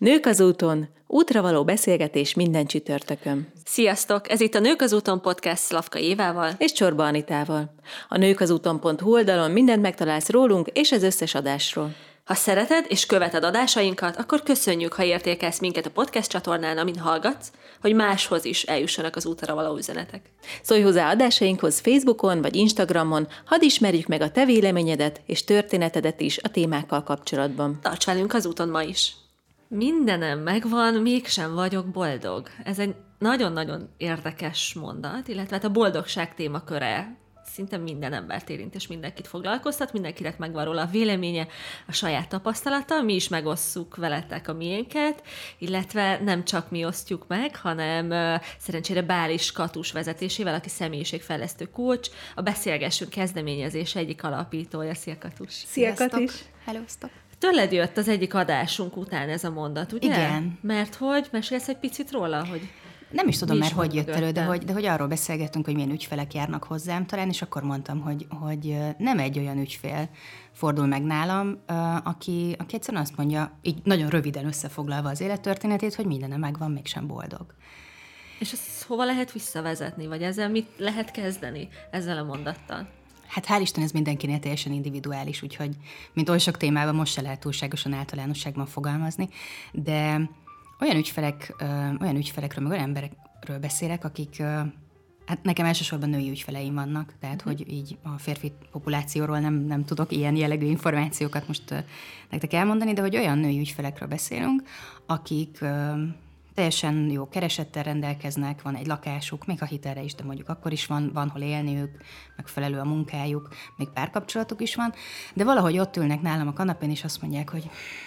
Nők az úton, útra való beszélgetés minden csütörtökön. Sziasztok! Ez itt a Nők az úton podcast Szlavka Évával és Csorba Anitával. A nőkazúton.hu oldalon mindent megtalálsz rólunk és az összes adásról. Ha szereted és követed adásainkat, akkor köszönjük, ha értékelsz minket a podcast csatornán, amin hallgatsz, hogy máshoz is eljussanak az útra való üzenetek. Szólj hozzá adásainkhoz Facebookon vagy Instagramon, hadd ismerjük meg a te véleményedet és történetedet is a témákkal kapcsolatban. Tarts velünk az úton ma is! Mindenem megvan, mégsem vagyok boldog. Ez egy nagyon-nagyon érdekes mondat, illetve a boldogság témaköre szinte minden embert érint, és mindenkit foglalkoztat, mindenkinek megvan róla a véleménye, a saját tapasztalata, mi is megosszuk veletek a miénket, illetve nem csak mi osztjuk meg, hanem szerencsére Bális Katus vezetésével, aki személyiségfejlesztő coach, a Beszélgessünk kezdeményezés egyik alapítója. Szia, Katus! Szia, Katus! Hellosztok! Tőled jött az egyik adásunk után ez a mondat, ugye? Igen. Mert hogy? Mesélsz egy picit róla, hogy... Nem is tudom már, hogy jött elő, de hogy arról beszélgettünk, hogy milyen ügyfelek járnak hozzám talán, és akkor mondtam, hogy nem egy olyan ügyfél fordul meg nálam, aki egyszerűen azt mondja, így nagyon röviden összefoglalva az élettörténetét, hogy mindenem megvan, mégsem boldog. És ezt hova lehet visszavezetni, vagy ezzel mit lehet kezdeni ezzel a mondattal? Hát hál' Isten, ez mindenkinél teljesen individuális, úgyhogy mint oly sok témában most se lehet túlságosan általánosságban fogalmazni, de olyan ügyfelekről, meg olyan emberekről beszélek, akik, hát nekem elsősorban női ügyfeleim vannak, tehát hogy így a férfi populációról nem tudok ilyen jellegű információkat most nektek elmondani, de hogy olyan női ügyfelekről beszélünk, akik teljesen jó keresettel rendelkeznek, van egy lakásuk, még a hitelre is, de mondjuk akkor is van hol élniük, megfelelő a munkájuk, még párkapcsolatuk is van, de valahogy ott ülnek nálam a kanapén, és azt mondják, hogy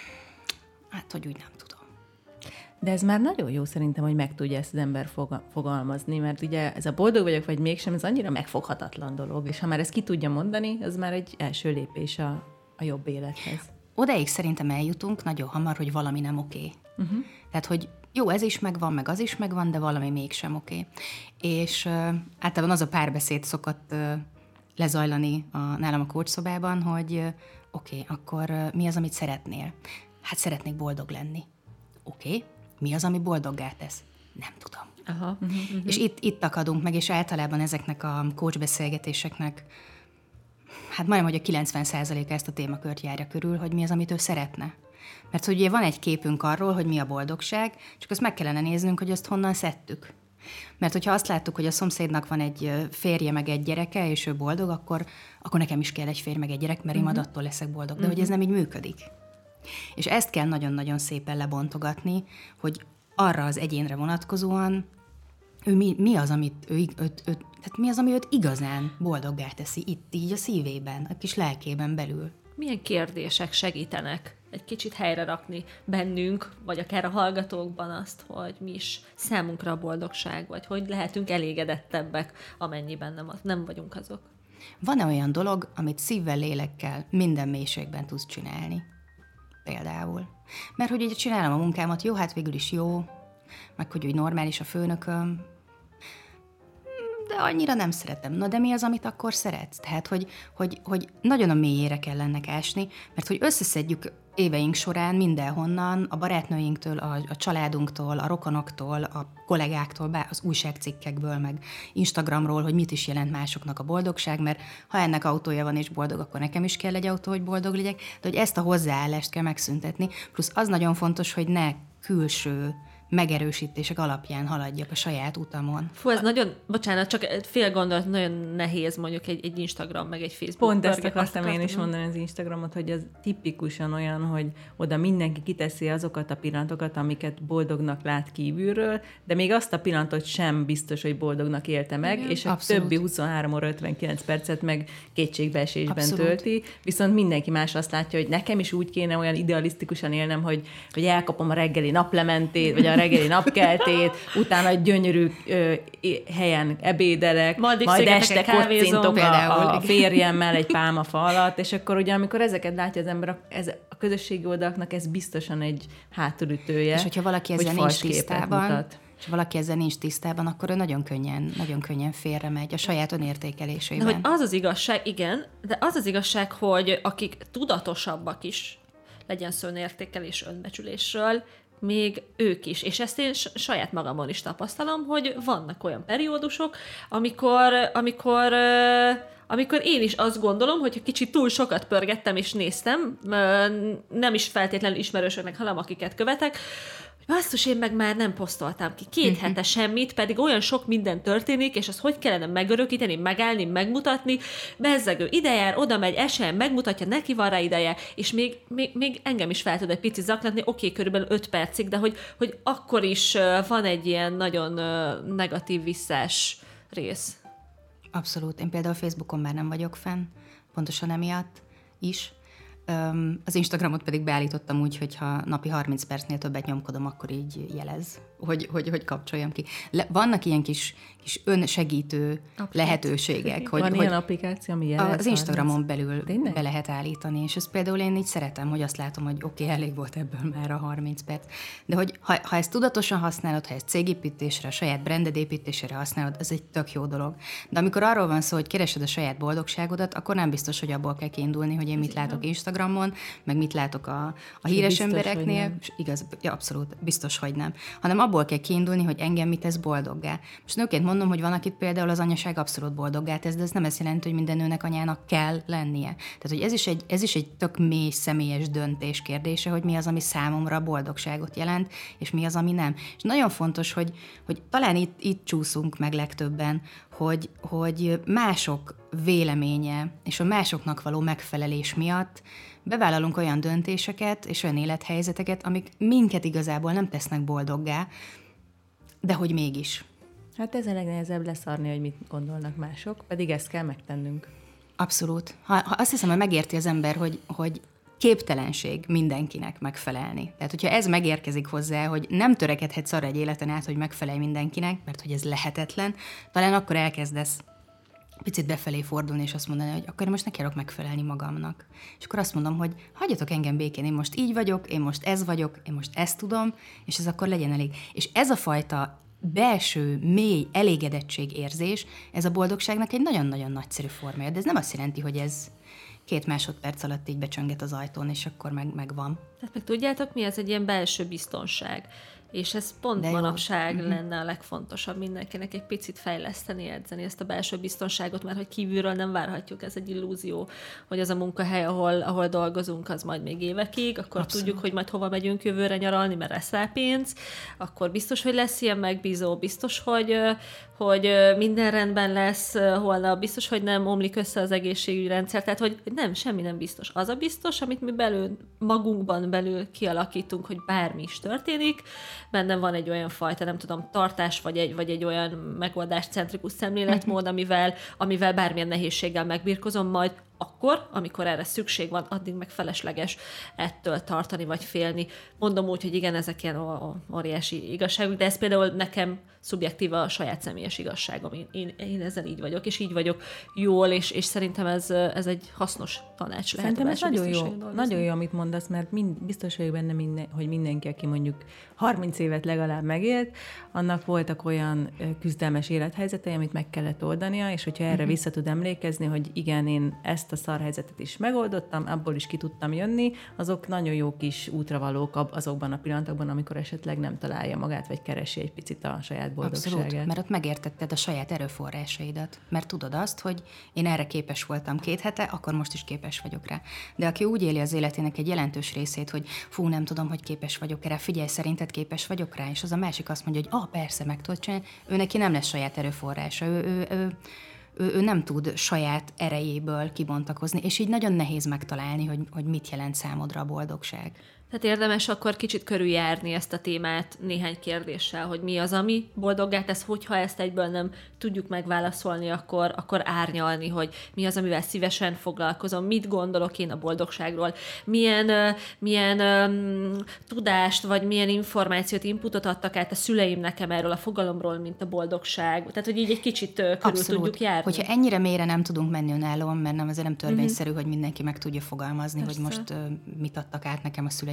hát, hogy úgy nem tudom. De ez már nagyon jó szerintem, hogy meg tudja ezt az ember fogalmazni, mert ugye ez a boldog vagyok, vagy mégsem, ez annyira megfoghatatlan dolog, és ha már ezt ki tudja mondani, az már egy első lépés a jobb élethez. Odaig szerintem eljutunk nagyon hamar, hogy valami nem oké. Uh-huh. Tehát, hogy jó, ez is megvan, meg az is megvan, de valami mégsem oké. És általában az a párbeszéd szokott lezajlani nálam a coachszobában, hogy oké, akkor mi az, amit szeretnél? Hát szeretnék boldog lenni. Oké. Mi az, ami boldoggá tesz? Nem tudom. Aha. És itt akadunk meg, és általában ezeknek a coach beszélgetéseknek hát majdnem, hogy a 90%-a ezt a témakört járja körül, hogy mi az, amit ő szeretne. Mert hogy ugye van egy képünk arról, hogy mi a boldogság, csak azt meg kellene néznünk, hogy azt honnan szedtük. Mert hogyha azt láttuk, hogy a szomszédnak van egy férje meg egy gyereke, és ő boldog, akkor nekem is kell egy férj meg egy gyerek, mert én attól leszek boldog. De hogy ez nem így működik. És ezt kell nagyon-nagyon szépen lebontogatni, hogy arra az egyénre vonatkozóan mi az, amit tehát mi az, ami őt igazán boldoggá teszi itt, így a szívében, a kis lelkében belül. Milyen kérdések segítenek egy kicsit helyre rakni bennünk, vagy akár a hallgatókban azt, hogy mi is számunkra a boldogság, vagy hogy lehetünk elégedettebbek, amennyiben nem vagyunk azok? Van-e olyan dolog, amit szívvel, lélekkel, minden mélységben tudsz csinálni? Például. Mert hogy ugye csinálom a munkámat, jó, hát végül is jó, meg hogy úgy normális a főnököm, de annyira nem szeretem. Na de mi az, amit akkor szeretsz? Tehát, hogy nagyon a mélyére kell ennek ásni, mert hogy összeszedjük éveink során mindenhonnan, a barátnőinktől, a családunktól, a rokonoktól, a kollégáktól, az újságcikkekből, meg Instagramról, hogy mit is jelent másoknak a boldogság, mert ha ennek autója van és boldog, akkor nekem is kell egy autó, hogy boldog legyek, de hogy ezt a hozzáállást kell megszüntetni. Plusz az nagyon fontos, hogy ne külső megerősítések alapján haladjak a saját utamon. Fú, ez nagyon, bocsánat, csak fél gondolat, nagyon nehéz mondjuk egy Instagram, meg egy Facebook. Pont ezt akartam én is mondani az Instagramot, hogy az tipikusan olyan, hogy oda mindenki kiteszi azokat a pillanatokat, amiket boldognak lát kívülről, de még azt a pillanatot sem biztos, hogy boldognak élte meg, igen, és a többi 23 óra 59 percet meg kétségbeesésben tölti, viszont mindenki más azt látja, hogy nekem is úgy kéne olyan idealisztikusan élnem, hogy elkapom a reggeli naplementét, vagy a reggeli napkeltét, utána egy gyönyörű helyen ebédelek, majd este kocintok a férjemmel egy pálmafa alatt, és akkor ugye, amikor ezeket látja az ember, a közösségi oldalaknak ez biztosan egy hátulütője, és hogyha valaki ezzel nincs tisztában, és valaki ezzel nincs tisztában, akkor ő nagyon könnyen félre megy a saját önértékelésében. De hogy az az igazság, igen, de az az igazság, hogy akik tudatosabbak is, legyen szó önértékelés, önbecsülésről, még ők is. És ezt én saját magamon is tapasztalom, hogy vannak olyan periódusok, amikor én is azt gondolom, hogy kicsit túl sokat pörgettem és néztem, nem is feltétlenül ismerősöknek, hanem akiket követek, basszus, én meg már nem posztoltam ki 2 hete semmit, pedig olyan sok minden történik, és azt hogy kellene megörökíteni, megállni, megmutatni, bezzegő ide jár, oda megy, esen, megmutatja, neki van rá ideje, és még engem is fel tud egy picit zaklatni, oké, körülbelül 5 percig, de hogy akkor is van egy ilyen nagyon negatív visszás rész. Abszolút. Én például Facebookon már nem vagyok fenn, pontosan emiatt is. Az Instagramot pedig beállítottam úgy, hogy ha napi 30 percnél többet nyomkodom, akkor így jelez, hogy kapcsoljam ki. Vannak ilyen kis önsegítő lehetőségek. Van ilyen applikáció, ami jelez? Az Instagramon belül be lehet állítani, és ezt például én így szeretem, hogy azt látom, hogy oké, elég volt ebből már a 30 perc. De hogy ha ezt tudatosan használod, ha ezt cégépítésre, a saját branded építésére használod, ez egy tök jó dolog. De amikor arról van szó, hogy keresed a saját boldogságodat, akkor nem biztos, hogy abból kell kiindulni, hogy én mit látok Instagramon, meg mit látok a híres embereknél. Igaz, ja, abszolút, biztos, hogy nem. Hanem abból kell kiindulni, hogy engem mit tesz boldoggá. Most nőként mondom, hogy van, akit például az anyaság abszolút boldoggá tesz, de ez nem azt jelenti, hogy minden nőnek anyának kell lennie. Tehát, hogy ez is egy tök mély személyes döntés kérdése, hogy mi az, ami számomra boldogságot jelent, és mi az, ami nem. És nagyon fontos, hogy talán itt csúszunk meg legtöbben, hogy mások véleménye és a másoknak való megfelelés miatt bevállalunk olyan döntéseket és olyan élethelyzeteket, amik minket igazából nem tesznek boldoggá, de hogy mégis. Hát ez a legnehezebb leszarni, hogy mit gondolnak mások, pedig ezt kell megtennünk. Abszolút. Ha azt hiszem, hogy megérti az ember, hogy képtelenség mindenkinek megfelelni. Tehát, hogyha ez megérkezik hozzá, hogy nem törekedhetsz arra egy életen át, hogy megfelelj mindenkinek, mert hogy ez lehetetlen, talán akkor elkezdesz picit befelé fordulni, és azt mondani, hogy akkor most ne kellok megfelelni magamnak. És akkor azt mondom, hogy hagyjatok engem békén, én most így vagyok, én most ez vagyok, én most ezt tudom, és ez akkor legyen elég. És ez a fajta belső, mély elégedetségérzés, ez a boldogságnak egy nagyon-nagyon nagyszerű formája. De ez nem azt jelenti, hogy ez 2 másodperc alatt így becsönget az ajtón, és akkor megvan. Tehát meg tudjátok mi? Ez egy ilyen belső biztonság. És ez pont manapság lenne a legfontosabb mindenkinek egy picit fejleszteni, edzeni ezt a belső biztonságot, mert hogy kívülről nem várhatjuk, ez egy illúzió, hogy az a munkahely, ahol dolgozunk, az majd még évekig, akkor Abszolút. Tudjuk, hogy majd hova megyünk jövőre nyaralni, mert lesz rá pénz, akkor biztos, hogy lesz ilyen megbízó, biztos, hogy minden rendben lesz holnap, biztos, hogy nem omlik össze az egészségügyi rendszer, tehát hogy nem, semmi nem biztos. Az a biztos, amit mi magunkban belül kialakítunk, hogy bármi is történik, bennem van egy olyan fajta, nem tudom, tartás, vagy egy olyan megoldáscentrikus szemléletmód, amivel bármilyen nehézséggel megbirkozom, majd akkor, amikor erre szükség van, addig meg felesleges ettől tartani, vagy félni. Mondom úgy, hogy igen, ezek ilyen óriási igazságok, de ez például nekem szubjektíva a saját személyes igazságom. Én ezzel így vagyok, és így vagyok jól, és szerintem ez egy hasznos tanács lehet. Szerintem ez nagyon jó, amit mondasz, mert biztos vagyok benne, hogy mindenki, aki mondjuk 30 évet legalább megélt, annak voltak olyan küzdelmes élethelyzetei, amit meg kellett oldania, és hogyha erre vissza tud emlékezni, hogy igen, én ezt a szarhelyzetet is megoldottam, abból is ki tudtam jönni, azok nagyon jó kis útravalók azokban a pillanatokban, amikor esetleg nem találja magát, vagy keresi egy picit a saját boldogságát. Abszolút, mert ott megértetted a saját erőforrásaidat, mert tudod azt, hogy én erre képes voltam 2 hete, akkor most is képes vagyok rá. De aki úgy éli az életének egy jelentős részét, hogy fú, nem tudom, hogy képes vagyok rá, figyelj, szerinted képes vagyok rá, és az a másik azt mondja, hogy persze, meg tudod csinálni, ő neki nem lesz saját erőforrása, ő nem tud saját erejéből kibontakozni, és így nagyon nehéz megtalálni, hogy mit jelent számodra a boldogság. Tehát érdemes akkor kicsit körüljárni ezt a témát néhány kérdéssel, hogy mi az, ami boldoggá tesz, hogyha ezt egyből nem tudjuk megválaszolni, akkor árnyalni, hogy mi az, amivel szívesen foglalkozom, mit gondolok én a boldogságról, milyen tudást, vagy milyen információt, inputot adtak át a szüleim nekem erről a fogalomról, mint a boldogság. Tehát, hogy így egy kicsit körül tudjuk járni. Hogyha ennyire mélyre nem tudunk menni önállóan, mert azért nem törvényszerű, hogy mindenki meg tudja fogalmazni, persze, hogy most mit adtak át nekem a szüleim,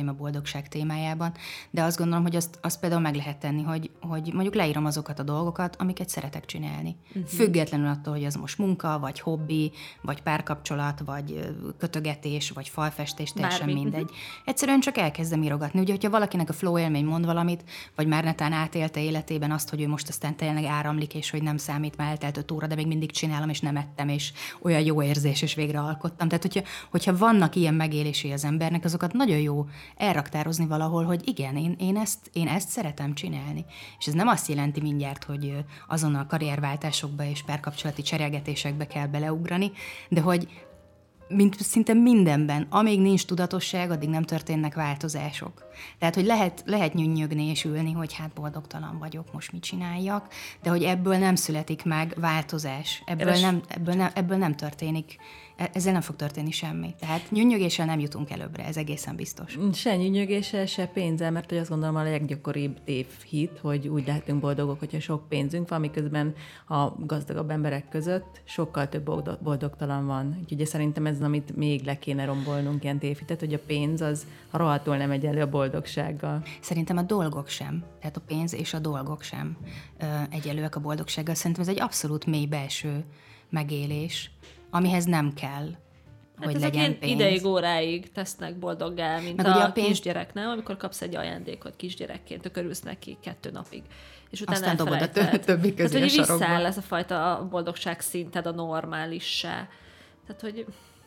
gondolataim a boldogság témájában, de azt gondolom, hogy azt például meg lehet tenni, hogy mondjuk leírom azokat a dolgokat, amiket szeretek csinálni. Függetlenül attól, hogy az most munka, vagy hobbi, vagy párkapcsolat, vagy kötögetés, vagy falfestés, teljesen mindegy. Egyszerűen csak elkezdem írogatni. Ugye, hogyha valakinek a flow élmény mond valamit, vagy már netán átélte életében azt, hogy ő most aztán tényleg áramlik, és hogy nem számít, már eltelt 5 óra, de még mindig csinálom, és nem ettem, és olyan jó érzés, és végre alkottam. Tehát, hogyha vannak ilyen megélései az embernek, azokat nagyon jó elraktározni valahol, hogy igen, én ezt szeretem csinálni. És ez nem azt jelenti mindjárt, hogy azonnal karrierváltásokba és párkapcsolati cserélgetésekbe kell beleugrani, de hogy mint szinte mindenben, amíg nincs tudatosság, addig nem történnek változások. Tehát, hogy lehet nyünnyögni és ülni, hogy hát boldogtalan vagyok, most mit csináljak, de hogy ebből nem születik meg változás. Ebből nem történik, ezzel nem fog történni semmi. Tehát nyünnyögéssel nem jutunk előbbre, ez egészen biztos. Se nyünnyögéssel, se pénzzel, mert hogy azt gondolom a leggyakoribb tévhit, hogy úgy lehetünk boldogok, hogyha sok pénzünk van, miközben a gazdagabb emberek között sokkal több boldogtalan van. Úgyhogy szerintem ez, amit még le kéne rombolnunk, ilyen tévhitet, hogy a pénz az rohadtul nem egyenlő a boldogsággal. Szerintem a dolgok sem, tehát a pénz és a dolgok sem egyenlőek a boldogsággal. Szerintem ez egy abszolút mély belső megélés, amihez nem kell, hogy legyen pénz. Ideig, óráig tesznek boldoggá, mint meg a kisgyereknél, amikor kapsz egy ajándékot kisgyerekként, örülsz neki 2 napig. És utána aztán dobod a többi közé a sarokba. Visszáll ez a fajta boldogság szinted a normálissá. Tehát, hogy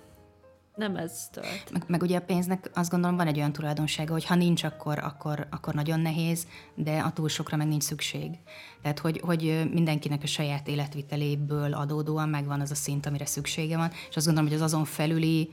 nem ez tölt. Meg ugye a pénznek azt gondolom van egy olyan tulajdonsága, hogy ha nincs, akkor nagyon nehéz, de a túl sokra meg nincs szükség. Tehát, hogy mindenkinek a saját életviteléből adódóan megvan az a szint, amire szüksége van, és azt gondolom, hogy az azon felüli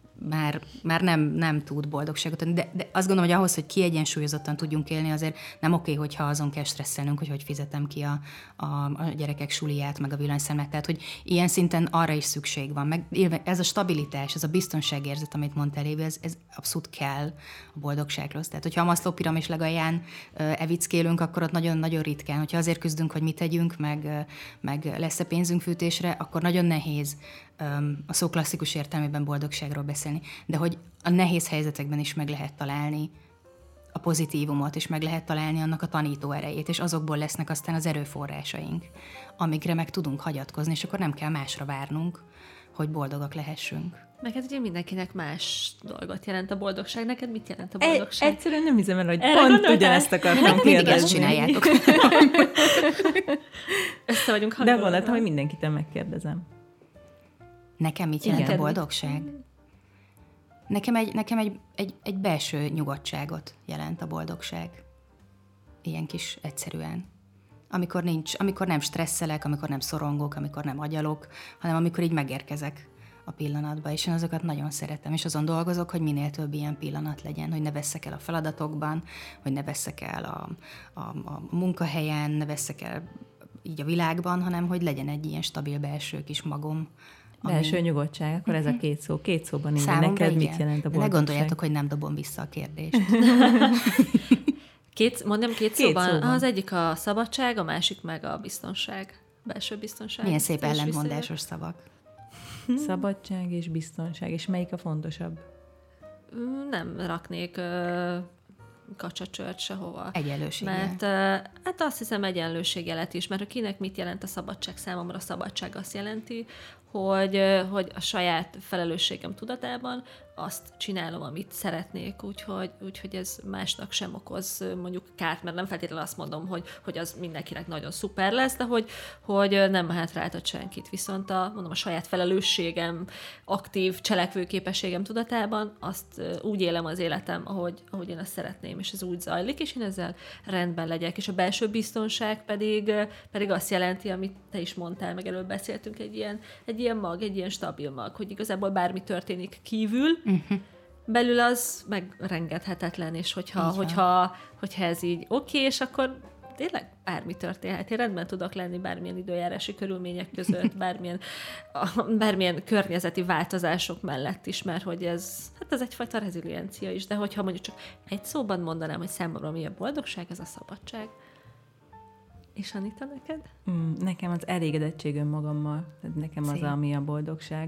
már nem tud boldogságot adni, de azt gondolom, hogy ahhoz, hogy kiegyensúlyozottan tudjunk élni, azért nem oké, hogyha azon kell stresszelnünk, hogy fizetem ki a gyerekek suliját, meg a villanyszámlát, tehát hogy ilyen szinten arra is szükség van. Meg ez a stabilitás, ez a biztonságérzet, amit mondtál, Évi, ez abszolút kell a boldogsághoz. Tehát, hogyha a Maslow piramis legalján evickélünk, akkor ott nagyon-nagyon ritkán, hogyha azért küzdünk, hogy mit tegyünk, meg lesz-e pénzünk fűtésre, akkor nagyon nehéz a szó klasszikus értelmében boldogságról beszélni, de hogy a nehéz helyzetekben is meg lehet találni a pozitívumot, és meg lehet találni annak a tanító erejét, és azokból lesznek aztán az erőforrásaink, amikre meg tudunk hagyatkozni, és akkor nem kell másra várnunk, hogy boldogak lehessünk. Meg hát ugye mindenkinek más dolgot jelent a boldogság. Neked mit jelent a boldogság? Egyszerűen nem hiszem el, hogy pont ugyanezt akartam kérdezni. Mindig ezt csináljátok. Össze vagyunk hangolva. De gondoltam, hogy mindenkitől megkérdezem. Nekem mit jelent a boldogság? Nekem egy belső nyugodtságot jelent a boldogság. Ilyen kis egyszerűen. Amikor nem stresszelek, amikor nem szorongok, amikor nem agyalok, hanem amikor így megérkezek a pillanatba, és én azokat nagyon szeretem, és azon dolgozok, hogy minél több ilyen pillanat legyen, hogy ne vesszek el a feladatokban, hogy ne vesszek el a munkahelyen, ne vesszek el így a világban, hanem hogy legyen egy ilyen stabil belső kis magom. Belső nyugodtság, akkor ez a két szóban így. Neked mit jelent a boldogság? Ne gondoljátok, hogy nem dobom vissza a kérdést. Mondjam két szóban. Az egyik a szabadság, a másik meg a biztonság. Belső biztonság. Milyen szép ellentmondásos szavak. Szabadság és biztonság. És melyik a fontosabb? Nem raknék kacsacsört sehova. Egyenlőséggel. Mert hát azt hiszem egyenlőségjelet is, mert kinek mit jelent a szabadság számomra? A szabadság azt jelenti, hogy a saját felelősségem tudatában azt csinálom, amit szeretnék, úgyhogy ez másnak sem okoz mondjuk kárt, mert nem feltétlenül azt mondom, hogy az mindenkinek nagyon szuper lesz, de hogy nem hátráltat senkit. Viszont a saját felelősségem, aktív cselekvőképességem tudatában azt úgy élem az életem, ahogy én azt szeretném, és ez úgy zajlik, és én ezzel rendben legyek. És a belső biztonság pedig azt jelenti, amit te is mondtál, meg előbb beszéltünk, egy ilyen mag, egy ilyen stabil mag, hogy igazából bármi történik kívül, belül az megrengethetetlen, és hogyha ez így oké, és akkor tényleg bármi történhet. Én rendben tudok lenni bármilyen időjárási körülmények között, bármilyen környezeti változások mellett is, mert hogy ez egyfajta reziliencia is, de hogyha mondjuk csak egy szóban mondanám, hogy számomra mi a boldogság, ez a szabadság. És Anita, neked? Nekem az elégedettség önmagammal. Nekem az, ami a boldogság.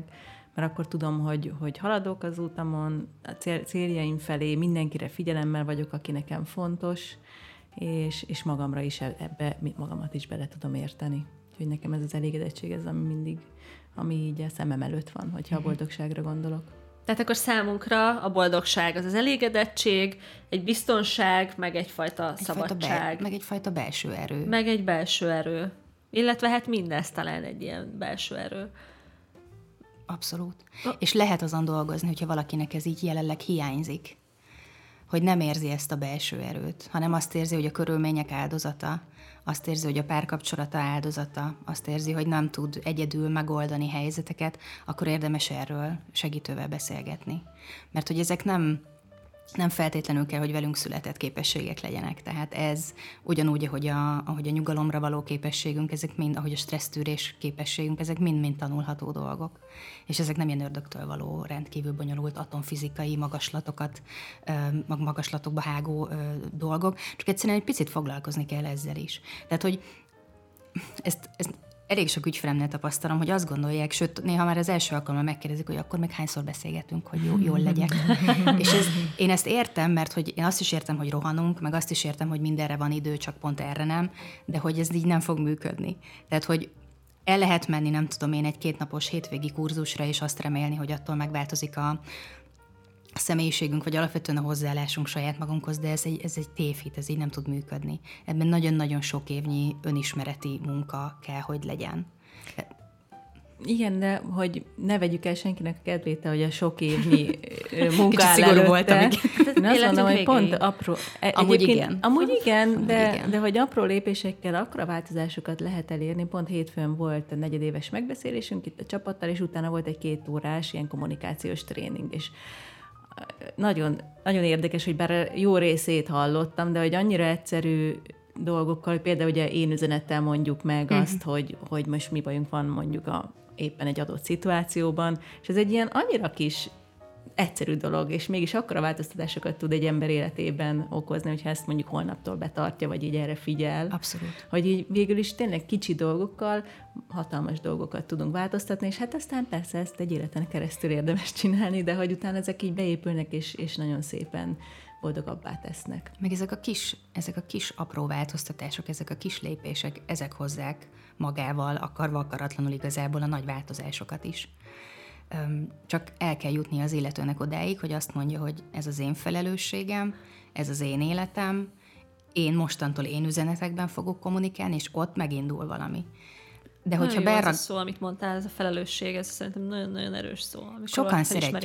mert akkor tudom, hogy haladok az útamon, a céljaim felé, mindenkire figyelemmel vagyok, aki nekem fontos, és magamra is ebbe, magamat is bele tudom érteni. Úgyhogy nekem ez az elégedettség, ez ami így a szemem előtt van, hogyha a boldogságra gondolok. Tehát akkor számunkra a boldogság az elégedettség, egy biztonság, meg egyfajta szabadság. Meg egyfajta belső erő. Meg egy belső erő. Illetve hát mindez talán egy ilyen belső erő. Abszolút. És lehet azon dolgozni, hogyha valakinek ez így jelenleg hiányzik, hogy nem érzi ezt a belső erőt, hanem azt érzi, hogy a körülmények áldozata, azt érzi, hogy a párkapcsolata áldozata, azt érzi, hogy nem tud egyedül megoldani helyzeteket, akkor érdemes erről segítővel beszélgetni. Mert hogy ezek nem feltétlenül kell, hogy velünk született képességek legyenek. Tehát ez ugyanúgy, ahogy a nyugalomra való képességünk, ezek mind, ahogy a stressztűrés képességünk, ezek mind-mind tanulható dolgok. És ezek nem ilyen ördögtől való, rendkívül bonyolult atomfizikai magaslatokba hágó dolgok, csak egyszerűen egy picit foglalkozni kell ezzel is. Tehát, hogy ezt elég sok ügyfelemnél tapasztalom, hogy azt gondolják, sőt, néha már az első alkalommal megkérdezik, hogy akkor még hányszor beszélgetünk, hogy jól legyek. És én ezt értem, mert hogy én azt is értem, hogy rohanunk, meg azt is értem, hogy mindenre van idő, csak pont erre nem, de hogy ez így nem fog működni. Tehát, hogy el lehet menni, nem tudom én, egy 2 napos hétvégi kurzusra, és azt remélni, hogy attól megváltozik a személyiségünk, vagy alapvetően a hozzáállásunk saját magunkhoz, de ez egy tévhit, ez így nem tud működni. Ebben nagyon-nagyon sok évnyi önismereti munka kell, hogy legyen. Igen, de hogy ne vegyük el senkinek a kedvét, hogy a sok évnyi munka áll előtte. Voltam, én azt mondom, hogy pont apró... Amúgy igen. De hogy apró lépésekkel akkora változásokat lehet elérni. Pont hétfőn volt a 4 éves megbeszélésünk itt a csapattal, és utána volt egy 2 órás ilyen kommunikációs tréning, és nagyon, nagyon érdekes, hogy bár jó részét hallottam, de hogy annyira egyszerű dolgokkal, hogy például ugye én üzenettel mondjuk meg azt, hogy most mi bajunk van mondjuk éppen egy adott szituációban, és ez egy ilyen annyira kis egyszerű dolog, és mégis akkora változtatásokat tud egy ember életében okozni, hogyha ezt mondjuk holnaptól betartja, vagy így erre figyel. Abszolút. Hogy így végül is tényleg kicsi dolgokkal hatalmas dolgokat tudunk változtatni, és hát aztán persze ezt egy életen keresztül érdemes csinálni, de hogy utána ezek így beépülnek, és nagyon szépen boldogabbá tesznek. Meg ezek a kis apró változtatások, ezek a kis lépések, ezek hozzák magával, akarva akaratlanul igazából a nagy változásokat is. Csak el kell jutni az illetőnek odáig, hogy azt mondja, hogy ez az én felelősségem, ez az én életem, én mostantól én üzenetekben fogok kommunikálni, és ott megindul valami. De hogyha az a szó, amit mondtál, ez a felelősség, ez szerintem nagyon-nagyon erős szó, amikor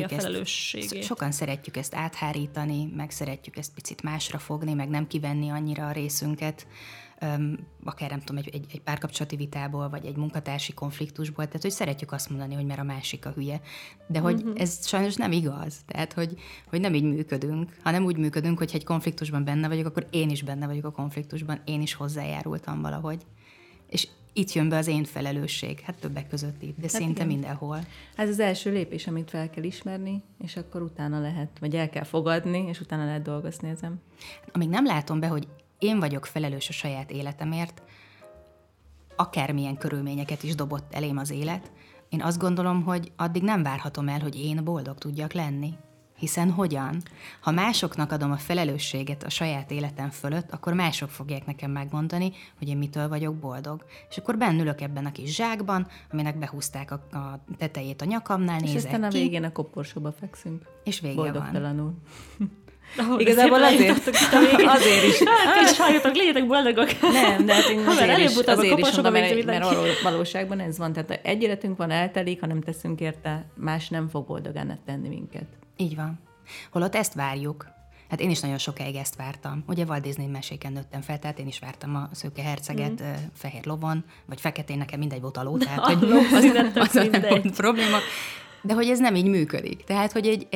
sokan szeretjük ezt áthárítani, meg szeretjük ezt picit másra fogni, meg nem kivenni annyira a részünket, akár nem tudom, egy párkapcsolati vitából, vagy egy munkatársi konfliktusból, tehát hogy szeretjük azt mondani, hogy mert a másik a hülye. De hogy ez sajnos nem igaz. Tehát, hogy nem így működünk, hanem úgy működünk, hogy ha egy konfliktusban benne vagyok, akkor én is benne vagyok a konfliktusban, én is hozzájárultam valahogy. És itt jön be az én felelősség, hát többek között itt, de szinte mindenhol. Ez az első lépés, amit fel kell ismerni, és akkor utána lehet, vagy el kell fogadni, és utána lehet dolgozni ezen. Amíg nem látom be, hogy én vagyok felelős a saját életemért, akármilyen körülményeket is dobott elém az élet, én azt gondolom, hogy addig nem várhatom el, hogy én boldog tudjak lenni. Hiszen hogyan? Ha másoknak adom a felelősséget a saját életem fölött, akkor mások fogják nekem megmondani, hogy én mitől vagyok boldog. És akkor bennülök ebben a kis zsákban, aminek behúzták a tetejét a nyakamnál, nézek ki. És aztán a végén a koporsóba fekszünk. És vége boldogtalanul. Igazából azért is. És halljatok, legyetek boldogok. Nem, de hát én azért is mondom, mert valóságban ez van. Tehát egy életünk van, eltelik, ha nem teszünk érte, más nem fog boldogán tenni minket. Így van. Holott ezt várjuk. Hát én is nagyon sokáig ezt vártam. Ugye Walt Disney meséken nőttem fel, tehát én is vártam a szőke herceget fehér lovon, vagy feketén, nekem mindegy volt a ló, tehát hogy az nem volt probléma. De hogy ez nem így működik. Tehát, hogy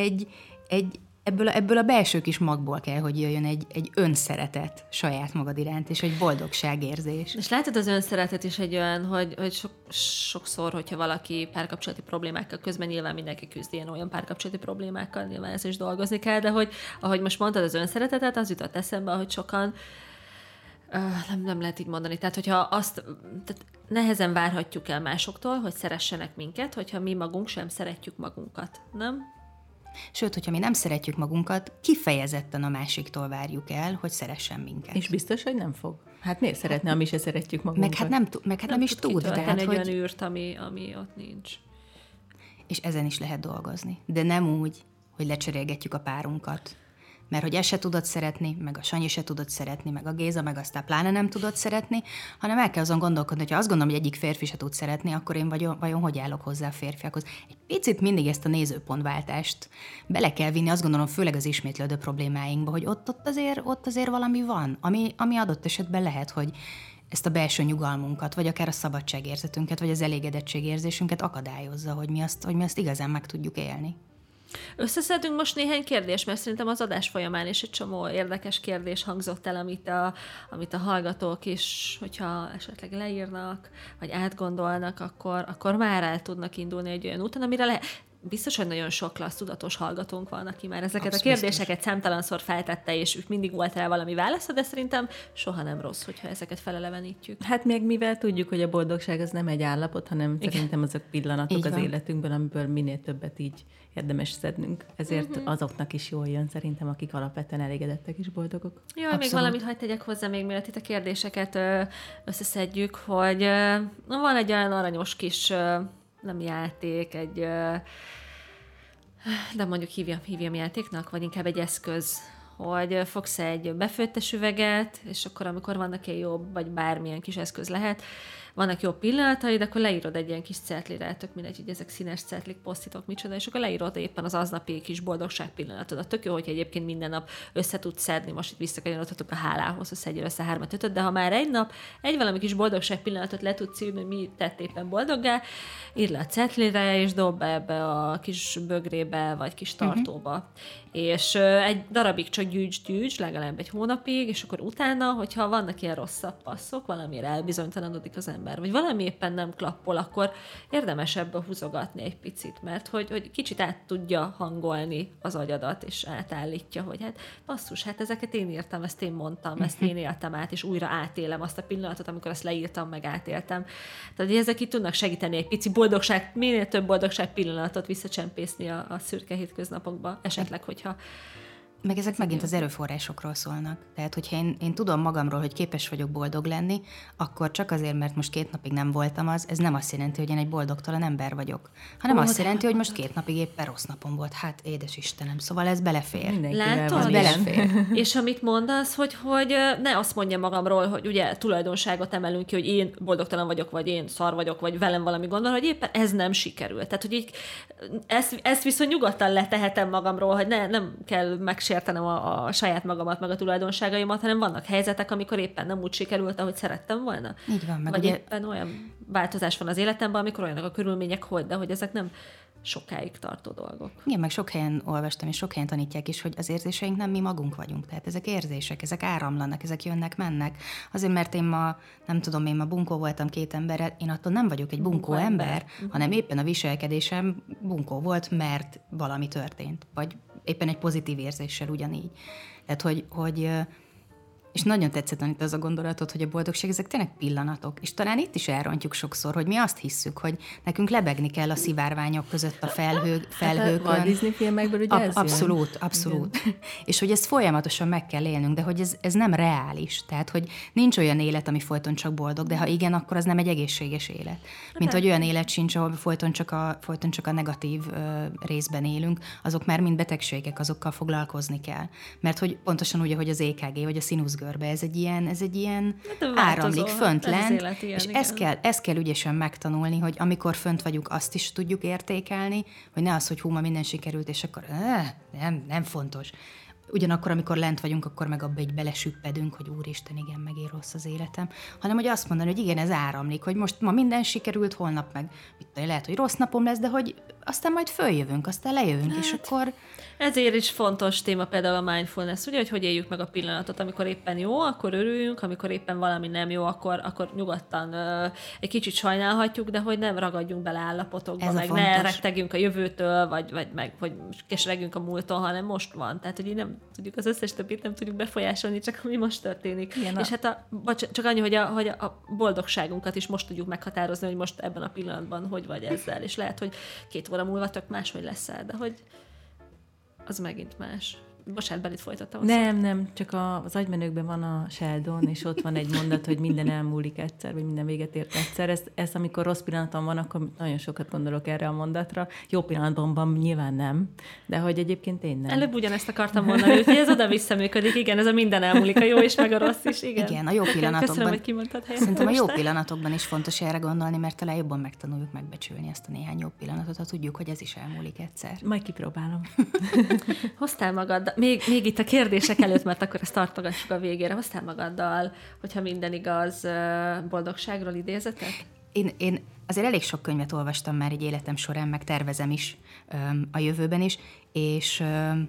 ebből a belső kis magból kell, hogy jöjjön egy önszeretet saját magad iránt, és egy boldogságérzés. És látod, az önszeretet is egy olyan, hogy sokszor, hogyha valaki párkapcsolati problémákkal, közben nyilván mindenki küzd ilyen olyan párkapcsolati problémákkal, nyilván ez is dolgozni kell, de hogy ahogy most mondtad az önszeretetet, az jutott eszembe, hogy sokan Nem lehet így mondani. Tehát, hogyha tehát nehezen várhatjuk el másoktól, hogy szeressenek minket, hogyha mi magunk sem szeretjük magunkat, nem? Sőt, hogyha mi nem szeretjük magunkat, kifejezetten a másiktól várjuk el, hogy szeressen minket. És biztos, hogy nem fog. Hát miért szeretne, mi se szeretjük magunkat? Meg hát nem is tud. Tehát, egy olyan űrt, ami ott nincs. És ezen is lehet dolgozni. De nem úgy, hogy lecserélgetjük a párunkat. Mert hogy ezt se tudod szeretni, meg a Sanyi se tudod szeretni, meg a Géza, meg aztán pláne nem tudod szeretni, hanem el kell azon gondolkodni, hogyha azt gondolom, hogy egyik férfi se tud szeretni, akkor én vajon hogy állok hozzá a férfiakhoz. Egy picit mindig ezt a nézőpontváltást bele kell vinni, azt gondolom, főleg az ismétlődő problémáinkba, hogy ott azért valami van, ami adott esetben lehet, hogy ezt a belső nyugalmunkat, vagy akár a szabadságérzetünket, vagy az elégedettségérzésünket akadályozza, hogy mi azt igazán meg tudjuk élni. Összeszedünk most néhány kérdést, mert szerintem az adás folyamán is egy csomó érdekes kérdés hangzott el, amit a hallgatók is, hogyha esetleg leírnak, vagy átgondolnak, akkor már el tudnak indulni egy olyan úton, amire biztos, hogy nagyon sok klassz tudatos hallgatónk van, aki már ezeket a kérdéseket számtalanszor feltette, és ők mindig volt rá valami válasza, de szerintem soha nem rossz, hogyha ezeket felelevenítjük. Hát még mivel tudjuk, hogy a boldogság az nem egy állapot, hanem szerintem azok pillanatok az életünkben, amiből minél többet így érdemes szednünk. Ezért azoknak is jól jön szerintem, akik alapvetően elégedettek és boldogok. Jaj, még valamit hadd tegyek hozzá, még mielőtt itt a kérdéseket összeszedjük, hogy van egy olyan aranyos kis nem játék, de mondjuk hívjam játéknak, vagy inkább egy eszköz, hogy fogsz egy befőttes üveget, és akkor amikor vannak ilyen jobb, vagy bármilyen kis eszköz lehet, vannak jó pillanataid, akkor leírod egy ilyen kis cetlire, tök mindegy, hogy ezek színes cetlik, posztitok, micsoda, és akkor leírod éppen az aznapi kis boldogság pillanatodat. Tök jó, hogyha egyébként minden nap össze tudsz szedni, most itt visszakanyarodhatok a hálához, hogy szedjél össze 3-5, de ha már egy nap egy valami kis boldogság pillanatot le tudsz írni, hogy mi tett éppen boldoggá, írd le a cetlire, és dob be ebbe a kis bögrébe, vagy kis tartóba. És egy darabig csak gyűjts, legalább egy hónapig, és akkor utána, hogyha vannak ilyen rosszabb passzok, valamire elbizonytalanodik az ember, vagy valami éppen nem klappol, akkor érdemes ebből húzogatni egy picit, mert hogy kicsit át tudja hangolni az agyadat, és átállítja, hogy hát basszus, hát ezeket én írtam, ezt én mondtam, ezt én éltem át, és újra átélem azt a pillanatot, amikor ezt leírtam, meg átéltem. Tehát ezek itt tudnak segíteni egy pici boldogság, minél több boldogság pillanatot visszacsempészni a szürke hétköznapokba, esetleg, hogyha meg ezek megint az erőforrásokról szólnak. Tehát, hogyha én tudom magamról, hogy képes vagyok boldog lenni, akkor csak azért, mert most 2 napig nem voltam ez nem azt jelenti, hogy én egy boldogtalan ember vagyok, hanem azt jelenti, hogy most 2 napig éppen rossz napom volt. Hát, édes Istenem, szóval ez belefér. Látod? Belefér. És amit mondasz, hogy ne azt mondja magamról, hogy ugye tulajdonságot emelünk ki, hogy én boldogtalan vagyok, vagy én szar vagyok, vagy velem valami gond van, hogy éppen ez nem sikerült. Tehát, hogy így ezt viszont nyugodtan letehetem magamról, hogy nem kell megsértenem a saját magamat, meg a tulajdonságaimat, hanem vannak helyzetek, amikor éppen nem úgy sikerült, ahogy szerettem volna. Így van, meg vagy ugye... éppen olyan változás van az életemben, amikor olyanok a körülmények, de hogy ezek nem sokáig tartó dolgok. Igen, meg sok helyen olvastam, és sok helyen tanítják is, hogy az érzéseink nem mi magunk vagyunk. Tehát ezek érzések, ezek áramlanak, ezek jönnek, mennek. Azért, mert én ma bunkó voltam 2 emberrel, én attól nem vagyok egy bunkó ember, hanem éppen a viselkedésem bunkó volt, mert valami történt. Vagy éppen egy pozitív érzéssel ugyanígy. Tehát, hogy és nagyon tetszett itt az a gondolatot, hogy a boldogság, ezek tényleg pillanatok. És talán itt is elrontjuk sokszor, hogy mi azt hisszük, hogy nekünk lebegni kell a szivárványok között a felhőkön. A Disney filmekből ugye ez Abszolút. És hogy ezt folyamatosan meg kell élnünk, de hogy ez nem reális. Tehát, hogy nincs olyan élet, ami folyton csak boldog, de ha igen, akkor az nem egy egészséges élet. Mint hogy olyan élet sincs, ahol folyton csak a negatív részben élünk, azok már mind betegségek, azokkal foglalkozni kell. Mert hogy pontosan úgy, hogy az EKG vagy a színuszgörbe, ez egy ilyen áramlik fönt lent, és ezt kell ügyesen megtanulni, hogy amikor fönt vagyunk, azt is tudjuk értékelni, hogy ne az, hogy ma minden sikerült, és akkor nem fontos. Ugyanakkor, amikor lent vagyunk, akkor meg abba így belesüppedünk, hogy úristen, igen, megint rossz az életem, hanem hogy azt mondani, hogy igen, ez áramlik, hogy most ma minden sikerült, holnap meg lehet, hogy rossz napom lesz, de hogy aztán majd följövünk, aztán lejövünk, és akkor... Ezért is fontos téma például a mindfulness, ugye, hogy éljük meg a pillanatot, amikor éppen jó, akkor örüljünk, amikor éppen valami nem jó, akkor nyugodtan egy kicsit sajnálhatjuk, de hogy nem ragadjunk bele állapotokba, meg ne rettegjünk a jövőtől, vagy hogy keseregünk a múlttól, hanem most van. Tehát, hogy így nem tudjuk az összes többit nem tudjuk befolyásolni, csak ami most történik. Igen, és hát csak annyi, hogy a boldogságunkat is most tudjuk meghatározni, hogy most ebben a pillanatban hogy vagy ezzel, és lehet, hogy 2 óra múlva tök máshogy leszel, de hogy az megint más. Bocsánat, belit folytattam. Nem, csak az agymenőkben van a Sheldon, és ott van egy mondat, hogy minden elmúlik egyszer, vagy minden véget ért egyszer. Ez amikor rossz pillanatom van, akkor nagyon sokat gondolok erre a mondatra. Jó pillanatban van, nyilván nem, de hogy egyébként én nem. Előbb ugyanezt akartam mondani, hogy ez oda-vissza működik, igen, ez a minden elmúlik, a jó és meg a rossz is, igen. Igen, a jó pillanatokban. Köszönöm, hogy kimondtad helyet. Szerintem a jó pillanatokban is fontos erre gondolni, mert talán jobban megtanuljuk megbecsülni ezt a néhány jó pillanatot, ha tudjuk, hogy ez is elmúlik egyszer. Majd kipróbálom. Hoztál magad, még itt a kérdések előtt, mert akkor ezt tartogassuk a végére, hoztál magaddal, hogyha minden igaz, boldogságról idézetet? Én azért elég sok könyvet olvastam már így életem során, meg tervezem is a jövőben is, és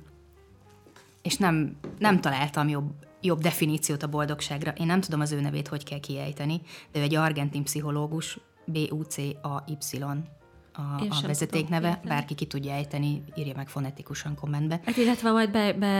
nem találtam jobb definíciót a boldogságra. Én nem tudom az ő nevét, hogy kell kiejteni, de ő egy argentin pszichológus, Bucay a vezetékneve, bárki ki tudja ejteni, írja meg fonetikusan kommentbe. Hát illetve majd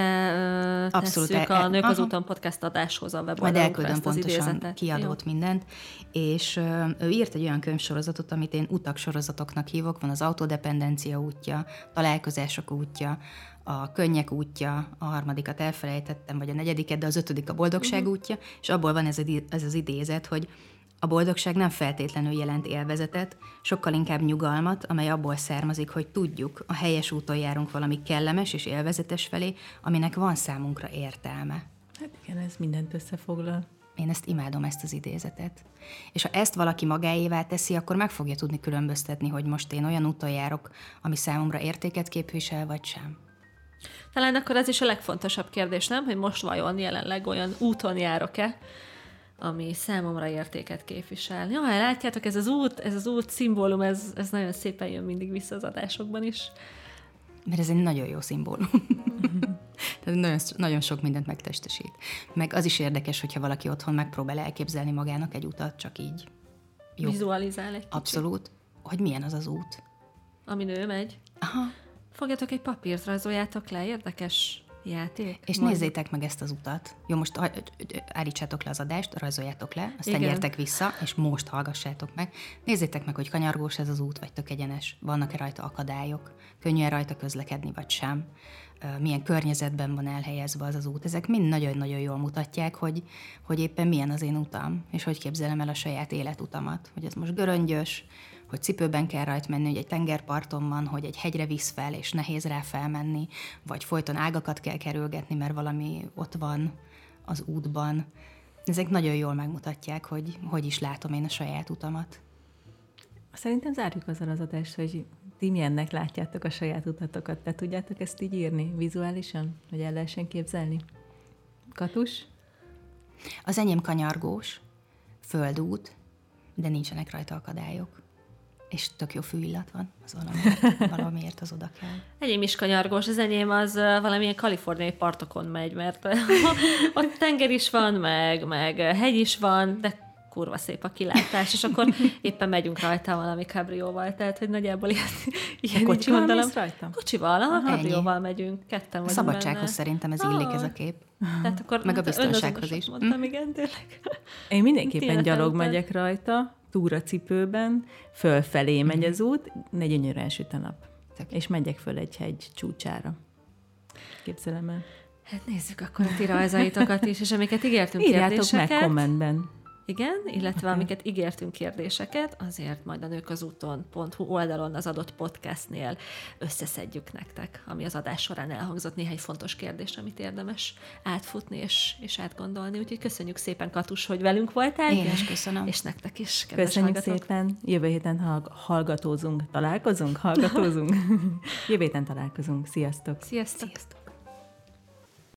tesszük a Nők az úton podcast adáshoz a weboldalunkra. Majd elküldöm pontosan kiadót mindent. És ő írt egy olyan könyvsorozatot, amit én utak sorozatoknak hívok, van az autodependencia útja, találkozások útja, a könnyek útja, a 3. elfelejtettem, vagy a 4., de az 5. a boldogság útja, és abból van ez az idézet, hogy a boldogság nem feltétlenül jelent élvezetet, sokkal inkább nyugalmat, amely abból származik, hogy tudjuk, a helyes úton járunk valami kellemes és élvezetes felé, aminek van számunkra értelme. Hát igen, ez mindent összefoglal. Én ezt imádom, ezt az idézetet. És ha ezt valaki magáévá teszi, akkor meg fogja tudni különböztetni, hogy most én olyan úton járok, ami számomra értéket képvisel, vagy sem. Talán akkor ez is a legfontosabb kérdés, nem? Hogy most vajon jelenleg olyan úton járok-e, ami számomra értéket képvisel. Ja, látjátok, ez az út szimbólum, ez nagyon szépen jön mindig vissza az adásokban is. Mert ez egy nagyon jó szimbólum. Tehát nagyon, nagyon sok mindent megtestesít. Meg az is érdekes, hogyha valaki otthon megpróbál elképzelni magának egy utat, csak így. Jó. Vizualizál egy kicsit. Abszolút. Hogy milyen az az út. Amin ő megy. Aha. Fogjatok egy papírt, rajzoljátok le, érdekes játék. És nézzétek meg ezt az utat. Jó, most állítsátok le az adást, rajzoljátok le, aztán gyertek vissza, és most hallgassátok meg. Nézzétek meg, hogy kanyargós ez az út, vagy tök egyenes. Vannak-e rajta akadályok? Könnyű rajta közlekedni, vagy sem? Milyen környezetben van elhelyezve az út? Ezek mind nagyon-nagyon jól mutatják, hogy éppen milyen az én utam, és hogy képzelem el a saját életutamat. Hogy ez most göröngyös, hogy cipőben kell rajt menni, hogy egy tengerparton van, hogy egy hegyre visz fel, és nehéz rá felmenni, vagy folyton ágakat kell kerülgetni, mert valami ott van az útban. Ezek nagyon jól megmutatják, hogy is látom én a saját utamat. Szerintem zárjuk azzal az adást, hogy ti milyennek látjátok a saját utatokat. Te tudjátok ezt így írni vizuálisan, hogy el lehessen képzelni? Katus? Az enyém kanyargós, földút, de nincsenek rajta akadályok. És tök jó fűillat van, az valamiért az oda kell. Enyém is kanyargós, az enyém az valamilyen kaliforniai partokon megy, mert ott tenger is van, meg hegy is van, de kurva szép a kilátás, és akkor éppen megyünk rajta valami kabrióval, tehát hogy nagyjából ilyen kocsival mész rajta? Kocsival, kabrióval megyünk, ketten vagyunk. A szabadsághoz szerintem ez illik ez a kép. Tehát akkor meg a biztonsághoz is. Mondtam, igen, tényleg. Én mindenképpen gyalog megyek rajta, túracipőben, fölfelé megy az út, ne gyönyörűen süt a nap. És megyek föl egy hegy csúcsára. Képzelem el. Hát nézzük akkor a ti rajzaitokat is, és amiket ígértünk kérdéseket. Írjátok meg kommentben. Igen, illetve amiket ígértünk kérdéseket, azért majd a nőkazúton.hu oldalon az adott podcastnél összeszedjük nektek, ami az adás során elhangzott néhány fontos kérdés, amit érdemes átfutni és átgondolni. Úgyhogy köszönjük szépen, Katus, hogy velünk voltál. Én is köszönöm. És nektek is, kedves köszönjük hallgatók. szépen. Jövő héten hallgatózunk. Találkozunk? Jövő héten találkozunk. Sziasztok! Sziasztok!